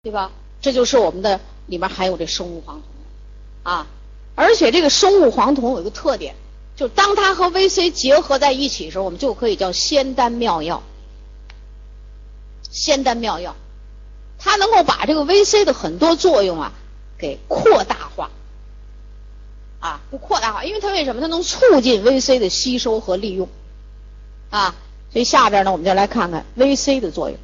对吧？这就是我们的里面含有这生物黄酮啊。而且这个生物黄酮有一个特点，就是当它和 VC 结合在一起的时候，我们就可以叫仙丹妙药。仙丹妙药，它能够把这个 VC 的很多作用啊给扩大化啊，扩大化，因为它为什么？它能促进 VC 的吸收和利用啊。所以下边呢，我们就来看看 VC 的作用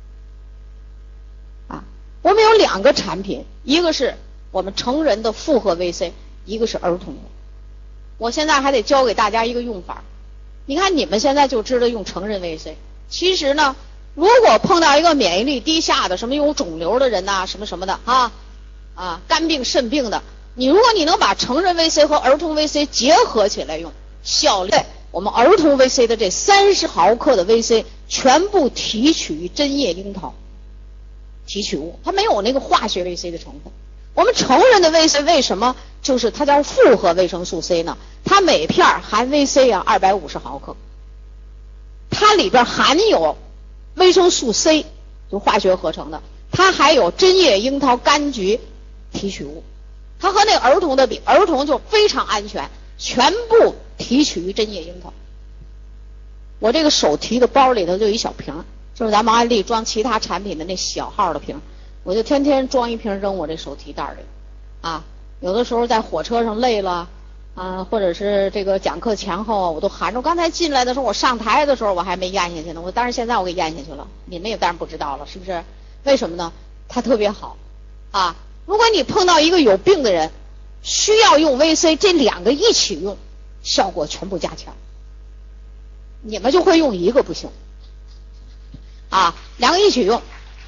啊。我们有2个产品，一个是我们成人的复合 VC， 一个是儿童的。我现在还得教给大家一个用法。你看你们现在就知道用成人 VC， 其实呢，如果碰到一个免疫力低下的，什么有肿瘤的人呐、什么什么的啊，肝病肾病的，如果你能把成人 VC 和儿童 VC 结合起来用，效率我们儿童 VC 的这30毫克的 VC 全部提取于针叶樱桃提取物，它没有那个化学 VC 的成分。我们成人的 VC 为什么就是它叫复合维生素 C 呢？它每片含 VC 啊250毫克，它里边含有维生素 C， 就化学合成的，它还有针叶樱桃柑橘提取物。它和那个儿童的比，儿童就非常安全，全部提取于针叶樱桃。我这个手提的包里头就一小瓶，就是咱们安利装其他产品的那小号的瓶，我就天天装一瓶扔我这手提袋里啊。有的时候在火车上累了啊，或者是这个讲课前后，我都含着。刚才进来的时候，我上台的时候我还没咽下去呢，但是现在我给咽下去了，你们也当然不知道了，是不是？为什么呢？它特别好啊。如果你碰到一个有病的人，需要用 VC， 这2个一起用，效果全部加强。你们就会用一个不行啊，2个一起用。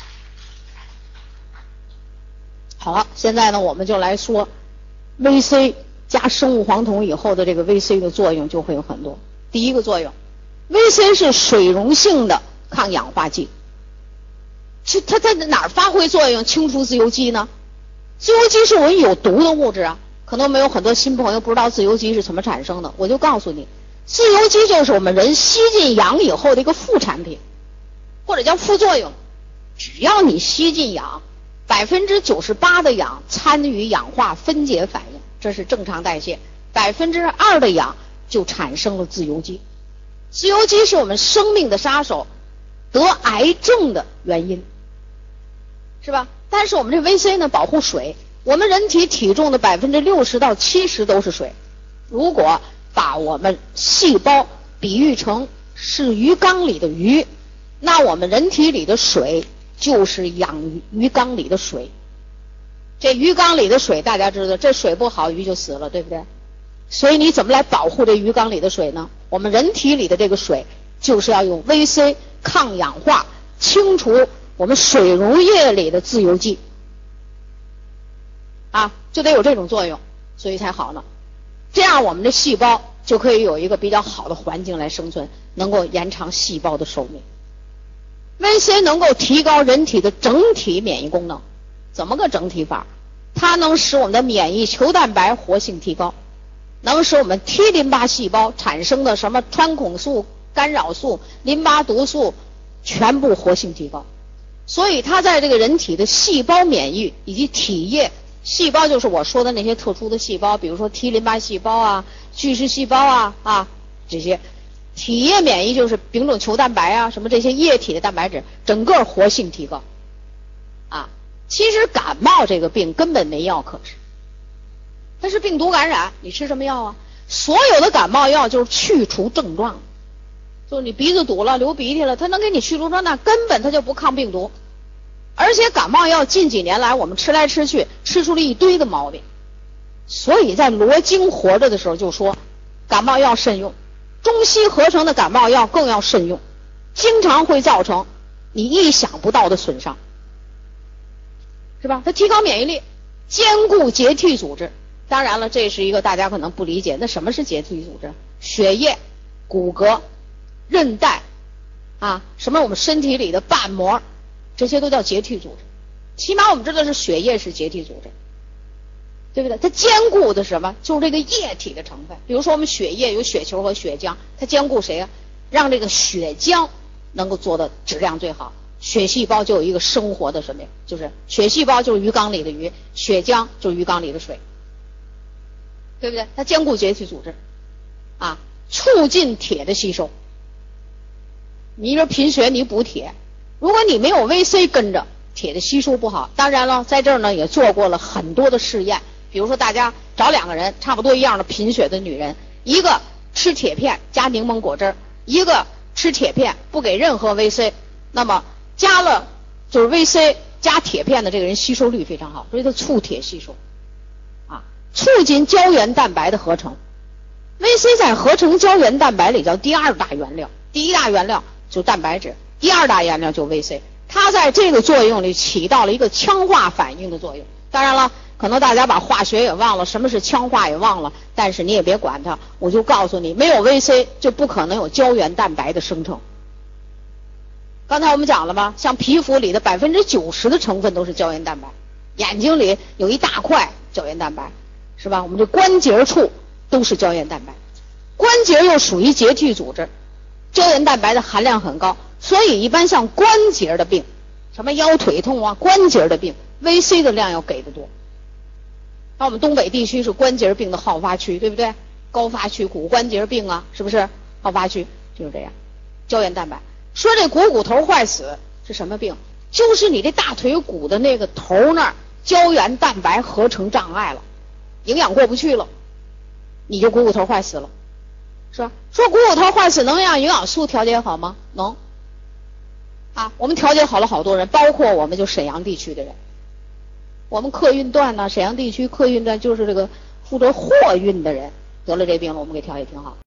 好了，现在呢，我们就来说 VC 加生物黄酮以后的这个 VC 的作用就会有很多。第一个作用 ，VC 是水溶性的抗氧化剂。它在哪儿发挥作用？清除自由基呢？自由基是我们有毒的物质啊。可能我们有很多新朋友不知道自由基是怎么产生的，我就告诉你，自由基就是我们人吸进氧以后的一个副产品，或者叫副作用。只要你吸进氧，98%的氧参与氧化分解反应，这是正常代谢，2%的氧就产生了自由基。自由基是我们生命的杀手，得癌症的原因，是吧？但是我们这 VC 呢，保护水。我们人体体重的60%到70%都是水。如果把我们细胞比喻成是鱼缸里的鱼，那我们人体里的水就是养鱼缸里的水。这鱼缸里的水大家知道，这水不好，鱼就死了，对不对？所以你怎么来保护这鱼缸里的水呢？我们人体里的这个水就是要用 VC 抗氧化，清除我们水溶液里的自由基啊，就得有这种作用，所以才好呢。这样我们的细胞就可以有一个比较好的环境来生存，能够延长细胞的寿命。VC 能够提高人体的整体免疫功能。怎么个整体法？它能使我们的免疫球蛋白活性提高，能使我们 T 淋巴细胞产生的什么穿孔素、干扰素、淋巴毒素全部活性提高。所以它在这个人体的细胞免疫以及体液，细胞就是我说的那些特殊的细胞，比如说 T 淋巴细胞啊、巨噬细胞啊这些。体液免疫就是丙种球蛋白啊，什么这些液体的蛋白质，整个活性提高啊。其实感冒这个病根本没药可治，它是病毒感染，你吃什么药啊？所有的感冒药就是去除症状，就是你鼻子堵了、流鼻涕了，它能给你去除症状，根本它就不抗病毒。而且感冒药近几年来我们吃来吃去，吃出了一堆的毛病，所以在罗京活着的时候就说，感冒药慎用，中西合成的感冒药更要慎用，经常会造成你意想不到的损伤，是吧？它提高免疫力，兼顾结缔组织。当然了，这是一个大家可能不理解，那什么是结缔组织？血液、骨骼、韧带啊，什么我们身体里的瓣膜，这些都叫结缔组织。起码我们知道是血液是结缔组织，对不对？它兼顾的是什么？就是这个液体的成分。比如说我们血液有血球和血浆，它兼顾谁啊？让这个血浆能够做的质量最好， 血细胞就有一个生活的什么呀？就是血细胞就是鱼缸里的鱼，血浆就是鱼缸里的水，对不对？它兼顾结缔组织啊，促进铁的吸收。你说贫血你补铁，如果你没有 VC 跟着，铁的吸收不好。当然了，在这儿呢也做过了很多的试验，比如说大家找2个人差不多一样的贫血的女人，一个吃铁片加柠檬果汁，一个吃铁片不给任何 VC， 那么加了就是 VC 加铁片的这个人吸收率非常好，所以它促铁吸收啊，促进胶原蛋白的合成。VC 在合成胶原蛋白里叫第2大原料，第1大原料就蛋白质，第2大原料就 VC， 它在这个作用里起到了一个羟化反应的作用。当然了，可能大家把化学也忘了，什么是羟化也忘了，但是你也别管它，我就告诉你，没有 VC 就不可能有胶原蛋白的生成。刚才我们讲了吧，像皮肤里的90%的成分都是胶原蛋白，眼睛里有一大块胶原蛋白，是吧？我们这关节处都是胶原蛋白，关节又属于结缔组织，胶原蛋白的含量很高，所以一般像关节的病，什么腰腿痛啊，关节的病 VC 的量要给的多。那我们东北地区是关节病的好发区，对不对？高发区骨关节病啊，是不是好发区？就是这样。胶原蛋白说这股头坏死是什么病？就是你这大腿骨的那个头那儿胶原蛋白合成障碍了，营养过不去了，你就股头坏死了，是吧？说股头坏死能让营养素调节好吗？能啊，我们调节好了好多人，包括我们就沈阳地区的人，我们客运段呢，沈阳地区客运段就是这个负责货运的人得了这病了，我们给调节挺好。